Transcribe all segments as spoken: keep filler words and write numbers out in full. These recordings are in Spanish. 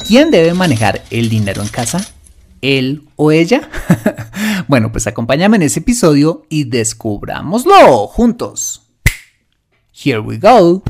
¿Quién debe manejar el dinero en casa? ¿Él o ella? Bueno, pues acompáñame en ese episodio y descubrámoslo juntos. Here we go.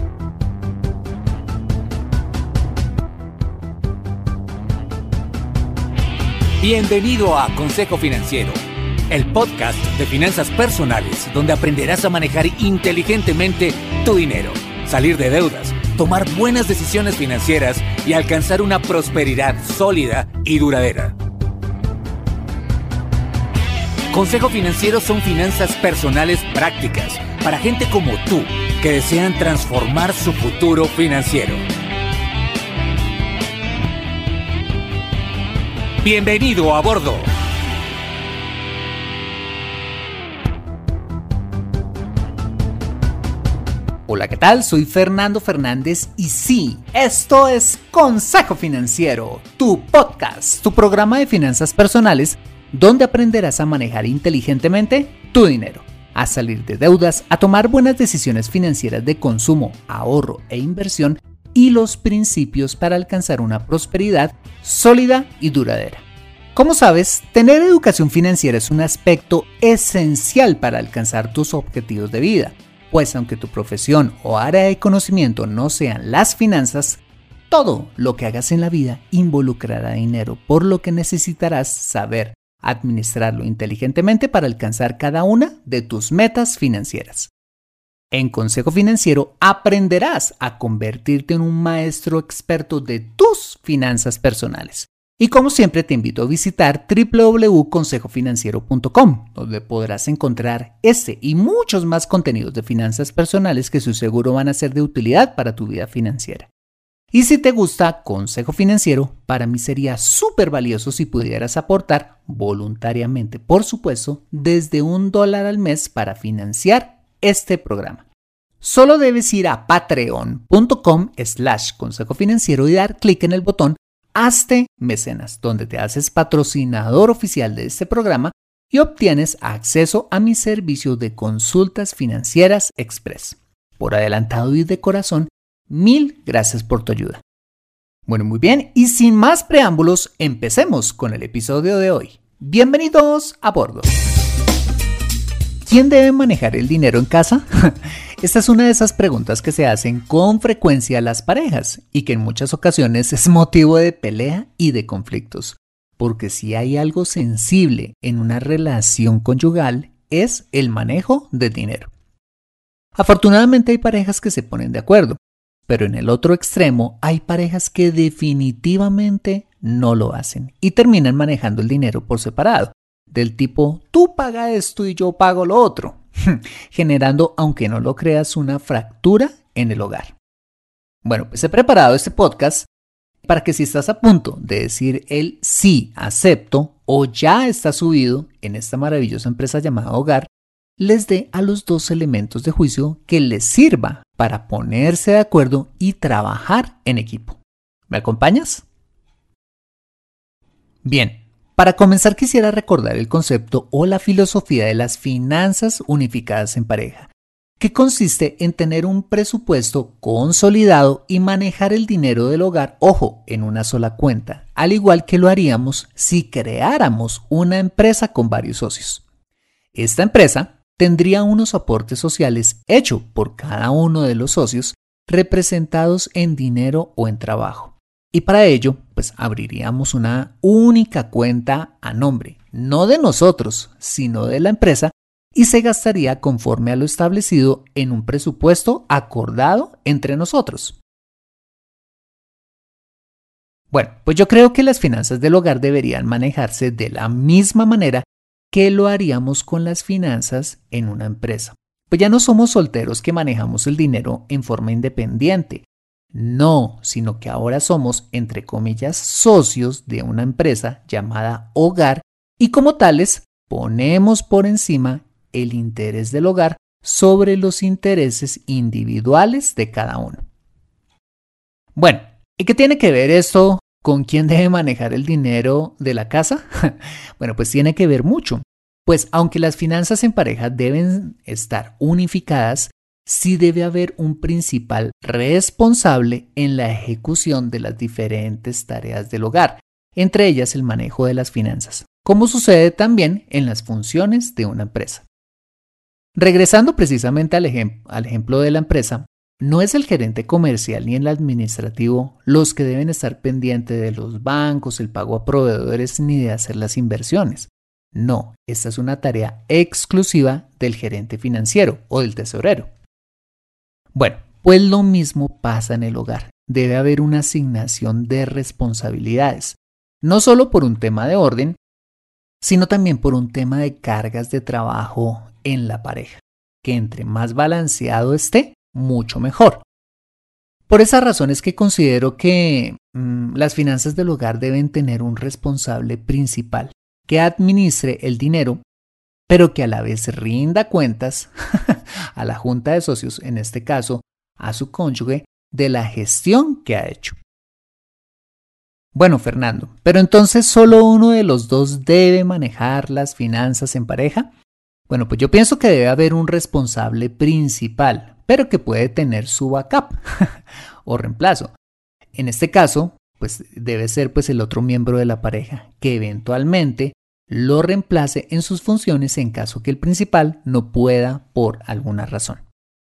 Bienvenido a Consejo Financiero, el podcast de finanzas personales donde aprenderás a manejar inteligentemente tu dinero, salir de deudas, tomar buenas decisiones financieras y alcanzar una prosperidad sólida y duradera. Consejo Financiero son finanzas personales prácticas para gente como tú que desean transformar su futuro financiero. ¡Bienvenido a bordo! Hola, ¿qué tal? Soy Fernando Fernández y sí, esto es Consejo Financiero, tu podcast, tu programa de finanzas personales donde aprenderás a manejar inteligentemente tu dinero, a salir de deudas, a tomar buenas decisiones financieras de consumo, ahorro e inversión y los principios para alcanzar una prosperidad sólida y duradera. Como sabes, tener educación financiera es un aspecto esencial para alcanzar tus objetivos de vida, pues aunque tu profesión o área de conocimiento no sean las finanzas, todo lo que hagas en la vida involucrará dinero, por lo que necesitarás saber administrarlo inteligentemente para alcanzar cada una de tus metas financieras. En Consejo Financiero aprenderás a convertirte en un maestro experto de tus finanzas personales. Y como siempre te invito a visitar doble u doble u doble u punto consejo financiero punto com, donde podrás encontrar este y muchos más contenidos de finanzas personales que su seguro van a ser de utilidad para tu vida financiera. Y si te gusta Consejo Financiero, para mí sería súper valioso si pudieras aportar voluntariamente, por supuesto, desde un dólar al mes para financiar este programa. Solo debes ir a patreon punto com slash consejo financiero y dar clic en el botón Hazte Mecenas, donde te haces patrocinador oficial de este programa y obtienes acceso a mi servicio de consultas financieras express. Por adelantado y de corazón, mil gracias por tu ayuda. Bueno, muy bien, y sin más preámbulos, empecemos con el episodio de hoy. Bienvenidos a bordo. ¿Quién debe manejar el dinero en casa? Esta es una de esas preguntas que se hacen con frecuencia a las parejas y que en muchas ocasiones es motivo de pelea y de conflictos. Porque si hay algo sensible en una relación conyugal es el manejo del dinero. Afortunadamente hay parejas que se ponen de acuerdo, pero en el otro extremo hay parejas que definitivamente no lo hacen y terminan manejando el dinero por separado. Del tipo, tú paga esto y yo pago lo otro, generando, aunque no lo creas, una fractura en el hogar. Bueno, pues he preparado este podcast para que si estás a punto de decir el sí, acepto, o ya estás subido en esta maravillosa empresa llamada hogar, les dé a los dos elementos de juicio que les sirva para ponerse de acuerdo y trabajar en equipo. ¿Me acompañas? Bien. Para comenzar quisiera recordar el concepto o la filosofía de las finanzas unificadas en pareja, que consiste en tener un presupuesto consolidado y manejar el dinero del hogar, ojo, en una sola cuenta, al igual que lo haríamos si creáramos una empresa con varios socios. Esta empresa tendría unos aportes sociales hechos por cada uno de los socios, representados en dinero o en trabajo. Y para ello, pues abriríamos una única cuenta a nombre, no de nosotros, sino de la empresa, y se gastaría conforme a lo establecido en un presupuesto acordado entre nosotros. Bueno, pues yo creo que las finanzas del hogar deberían manejarse de la misma manera que lo haríamos con las finanzas en una empresa. Pues ya no somos solteros que manejamos el dinero en forma independiente. No, sino que ahora somos, entre comillas, socios de una empresa llamada hogar y como tales ponemos por encima el interés del hogar sobre los intereses individuales de cada uno. Bueno, ¿y qué tiene que ver esto con quién debe manejar el dinero de la casa? Bueno, pues tiene que ver mucho, pues aunque las finanzas en pareja deben estar unificadas, sí debe haber un principal responsable en la ejecución de las diferentes tareas del hogar, entre ellas el manejo de las finanzas, como sucede también en las funciones de una empresa. Regresando precisamente al, ejem- al ejemplo de la empresa, no es el gerente comercial ni el administrativo los que deben estar pendientes de los bancos, el pago a proveedores ni de hacer las inversiones. No, esta es una tarea exclusiva del gerente financiero o del tesorero. Bueno, pues lo mismo pasa en el hogar. Debe haber una asignación de responsabilidades, no solo por un tema de orden, sino también por un tema de cargas de trabajo en la pareja, que entre más balanceado esté, mucho mejor. Por esa razón es que considero que mmm, las finanzas del hogar deben tener un responsable principal que administre el dinero, pero que a la vez rinda cuentas a la junta de socios, en este caso a su cónyuge, de la gestión que ha hecho. Bueno, Fernando, pero entonces solo uno de los dos debe manejar las finanzas en pareja. Bueno, pues yo pienso que debe haber un responsable principal, pero que puede tener su backup o reemplazo. En este caso, pues debe ser pues el otro miembro de la pareja que eventualmente lo reemplace en sus funciones en caso que el principal no pueda por alguna razón.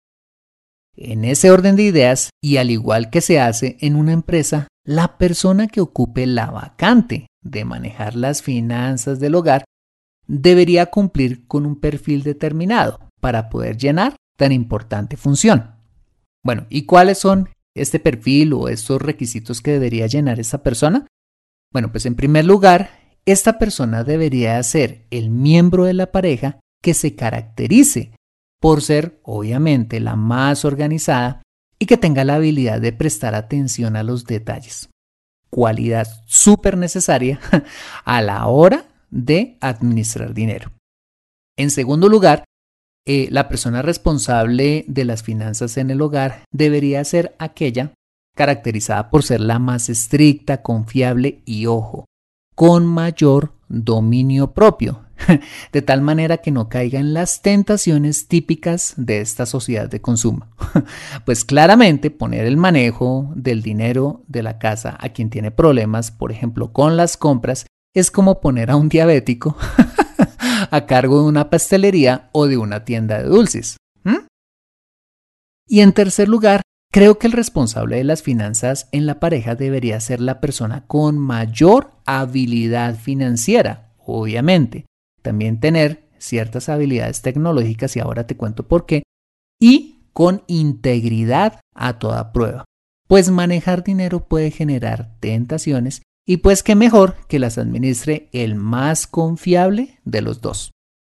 En ese orden de ideas, y al igual que se hace en una empresa, la persona que ocupe la vacante de manejar las finanzas del hogar debería cumplir con un perfil determinado para poder llenar tan importante función. Bueno, ¿y cuáles son este perfil o estos requisitos que debería llenar esta persona? Bueno, pues en primer lugar, esta persona debería ser el miembro de la pareja que se caracterice por ser, obviamente, la más organizada y que tenga la habilidad de prestar atención a los detalles. Cualidad súper necesaria a la hora de administrar dinero. En segundo lugar, eh, la persona responsable de las finanzas en el hogar debería ser aquella caracterizada por ser la más estricta, confiable y, ojo, con mayor dominio propio, de tal manera que no caiga en las tentaciones típicas de esta sociedad de consumo. Pues claramente poner el manejo del dinero de la casa a quien tiene problemas, por ejemplo, con las compras, es como poner a un diabético a cargo de una pastelería o de una tienda de dulces. ¿Mm? Y en tercer lugar, creo que el responsable de las finanzas en la pareja debería ser la persona con mayor habilidad financiera, obviamente. También tener ciertas habilidades tecnológicas, y ahora te cuento por qué, y con integridad a toda prueba. Pues manejar dinero puede generar tentaciones y pues qué mejor que las administre el más confiable de los dos.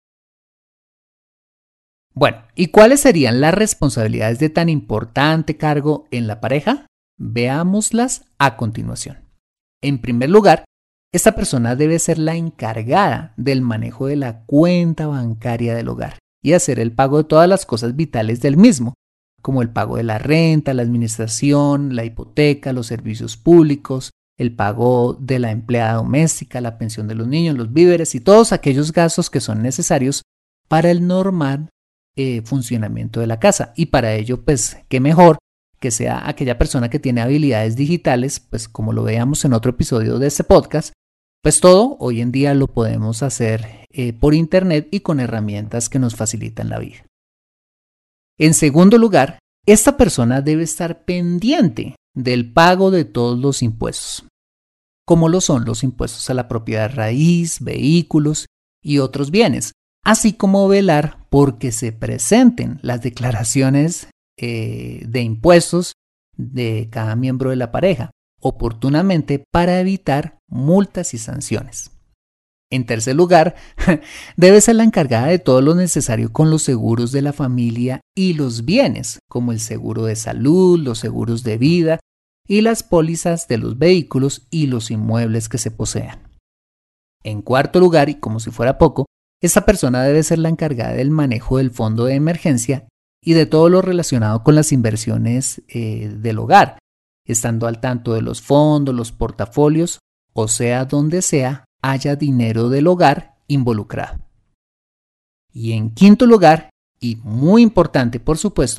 Bueno, ¿y cuáles serían las responsabilidades de tan importante cargo en la pareja? Veámoslas a continuación. En primer lugar, esta persona debe ser la encargada del manejo de la cuenta bancaria del hogar y hacer el pago de todas las cosas vitales del mismo, como el pago de la renta, la administración, la hipoteca, los servicios públicos, el pago de la empleada doméstica, la pensión de los niños, los víveres y todos aquellos gastos que son necesarios para el normal eh, funcionamiento de la casa. Y para ello, pues, qué mejor que sea aquella persona que tiene habilidades digitales, pues como lo veíamos en otro episodio de este podcast. Pues todo hoy en día lo podemos hacer eh, por internet y con herramientas que nos facilitan la vida. En segundo lugar, esta persona debe estar pendiente del pago de todos los impuestos, como lo son los impuestos a la propiedad raíz, vehículos y otros bienes, así como velar porque se presenten las declaraciones eh, de impuestos de cada miembro de la pareja oportunamente para evitar multas y sanciones. En tercer lugar, debe ser la encargada de todo lo necesario con los seguros de la familia y los bienes, como el seguro de salud, los seguros de vida y las pólizas de los vehículos y los inmuebles que se posean. En cuarto lugar, y como si fuera poco, esta persona debe ser la encargada del manejo del fondo de emergencia y de todo lo relacionado con las inversiones eh, del hogar, estando al tanto de los fondos, los portafolios, o sea, donde sea, haya dinero del hogar involucrado. Y en quinto lugar, y muy importante por supuesto,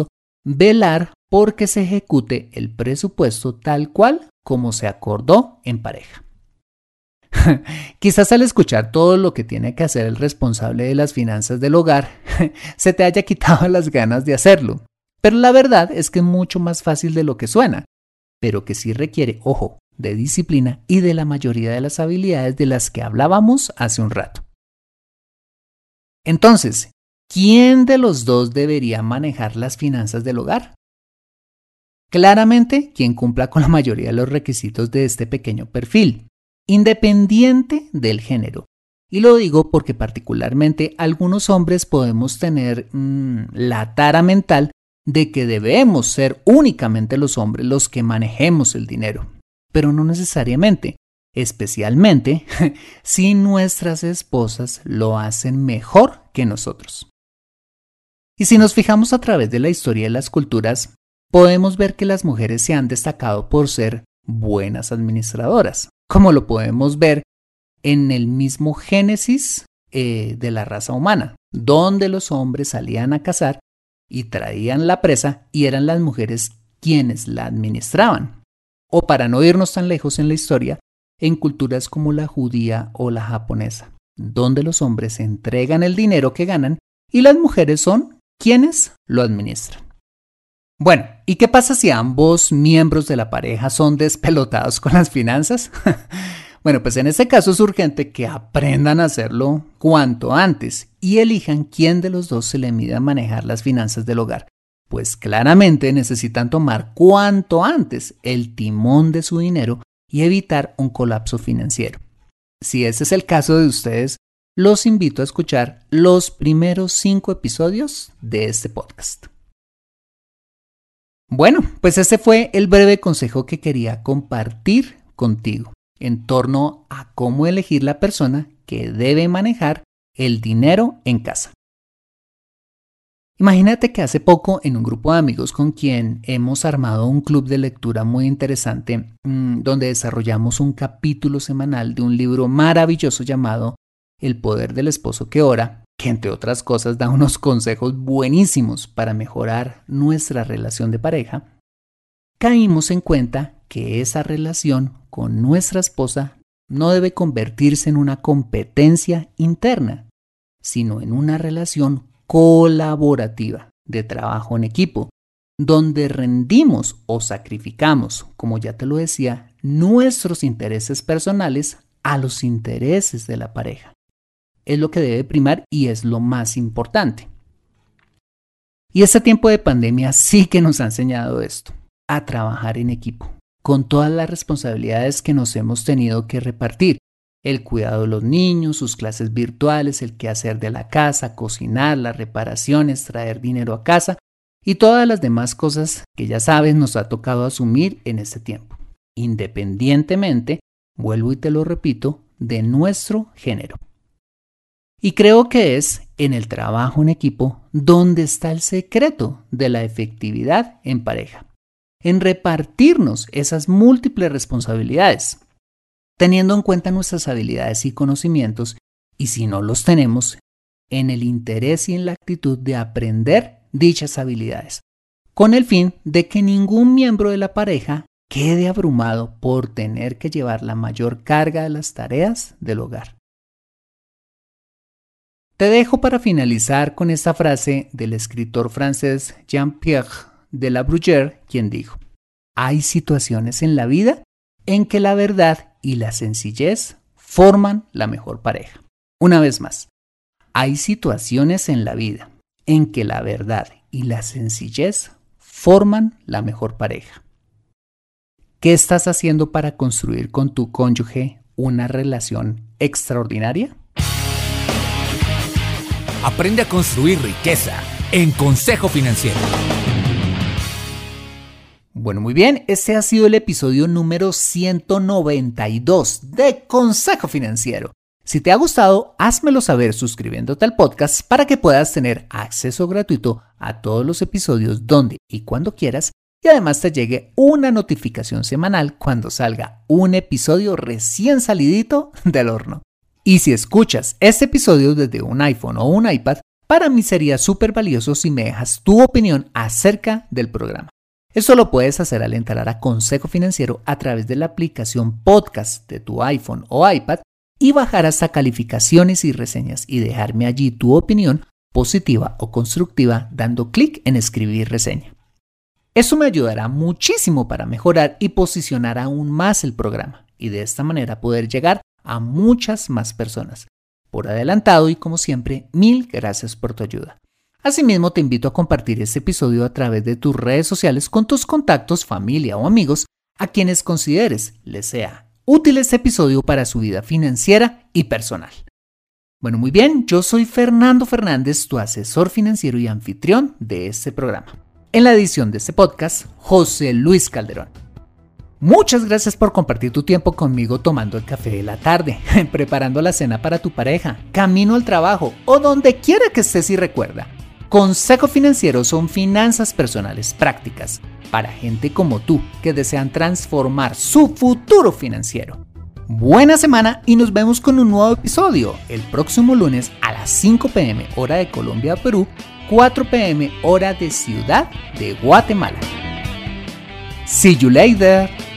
velar por que se ejecute el presupuesto tal cual como se acordó en pareja. Quizás al escuchar todo lo que tiene que hacer el responsable de las finanzas del hogar, se te haya quitado las ganas de hacerlo. Pero la verdad es que es mucho más fácil de lo que suena, pero que sí requiere, ojo, de disciplina y de la mayoría de las habilidades de las que hablábamos hace un rato. Entonces, ¿quién de los dos debería manejar las finanzas del hogar? Claramente, quien cumpla con la mayoría de los requisitos de este pequeño perfil, independiente del género. Y lo digo porque particularmente algunos hombres podemos tener mmm, la tara mental de que debemos ser únicamente los hombres los que manejemos el dinero, pero no necesariamente, especialmente si nuestras esposas lo hacen mejor que nosotros. Y si nos fijamos a través de la historia de las culturas, podemos ver que las mujeres se han destacado por ser buenas administradoras, como lo podemos ver en el mismo Génesis eh, de la raza humana, donde los hombres salían a cazar y traían la presa y eran las mujeres quienes la administraban. O para no irnos tan lejos en la historia, en culturas como la judía o la japonesa, donde los hombres entregan el dinero que ganan y las mujeres son quienes lo administran. Bueno, ¿y qué pasa si ambos miembros de la pareja son despelotados con las finanzas? Bueno, pues en este caso es urgente que aprendan a hacerlo cuanto antes y elijan quién de los dos se le mida a manejar las finanzas del hogar, pues claramente necesitan tomar cuanto antes el timón de su dinero y evitar un colapso financiero. Si ese es el caso de ustedes, los invito a escuchar los primeros cinco episodios de este podcast. Bueno, pues este fue el breve consejo que quería compartir contigo en torno a cómo elegir la persona que debe manejar el dinero en casa. Imagínate que hace poco en un grupo de amigos con quien hemos armado un club de lectura muy interesante, mmm, donde desarrollamos un capítulo semanal de un libro maravilloso llamado El poder del esposo que ora, que entre otras cosas da unos consejos buenísimos para mejorar nuestra relación de pareja, caímos en cuenta que esa relación con nuestra esposa no debe convertirse en una competencia interna, sino en una relación colaborativa de trabajo en equipo, donde rendimos o sacrificamos, como ya te lo decía, nuestros intereses personales a los intereses de la pareja. Es lo que debe primar y es lo más importante. Y este tiempo de pandemia sí que nos ha enseñado esto, a trabajar en equipo, con todas las responsabilidades que nos hemos tenido que repartir. El cuidado de los niños, sus clases virtuales, el quehacer de la casa, cocinar, las reparaciones, traer dinero a casa y todas las demás cosas que ya sabes nos ha tocado asumir en este tiempo, independientemente, vuelvo y te lo repito, de nuestro género. Y creo que es en el trabajo en equipo donde está el secreto de la efectividad en pareja, en repartirnos esas múltiples responsabilidades, teniendo en cuenta nuestras habilidades y conocimientos, y si no los tenemos, en el interés y en la actitud de aprender dichas habilidades, con el fin de que ningún miembro de la pareja quede abrumado por tener que llevar la mayor carga de las tareas del hogar. Te dejo para finalizar con esta frase del escritor francés Jean-Pierre de La Bruyère, quien dijo: hay situaciones en la vida en que la verdad y la sencillez forman la mejor pareja. Una vez más, hay situaciones en la vida en que la verdad y la sencillez forman la mejor pareja. ¿Qué estás haciendo para construir con tu cónyuge una relación extraordinaria? Aprende a construir riqueza en Consejo Financiero. Bueno, muy bien, este ha sido el episodio número ciento noventa y dos de Consejo Financiero. Si te ha gustado, házmelo saber suscribiéndote al podcast para que puedas tener acceso gratuito a todos los episodios donde y cuando quieras y además te llegue una notificación semanal cuando salga un episodio recién salidito del horno. Y si escuchas este episodio desde un iPhone o un iPad, Para mí sería súper valioso si me dejas tu opinión acerca del programa. Esto lo puedes hacer al entrar a Consejo Financiero a través de la aplicación podcast de tu iPhone o iPad y bajar hasta calificaciones y reseñas y dejarme allí tu opinión positiva o constructiva dando clic en escribir reseña. Eso me ayudará muchísimo para mejorar y posicionar aún más el programa y de esta manera poder llegar a muchas más personas. Por adelantado y como siempre, mil gracias por tu ayuda. Asimismo, te invito a compartir este episodio a través de tus redes sociales con tus contactos, familia o amigos a quienes consideres les sea útil este episodio para su vida financiera y personal. Bueno, muy bien, yo soy Fernando Fernández, tu asesor financiero y anfitrión de este programa. En la edición de este podcast, José Luis Calderón. Muchas gracias por compartir tu tiempo conmigo tomando el café de la tarde, preparando la cena para tu pareja, camino al trabajo o donde quiera que estés y recuerda. Consejo Financiero son finanzas personales prácticas para gente como tú que desean transformar su futuro financiero. Buena semana y nos vemos con un nuevo episodio el próximo lunes a las cinco pe eme hora de Colombia, Perú, cuatro pe eme hora de Ciudad de Guatemala. See you later.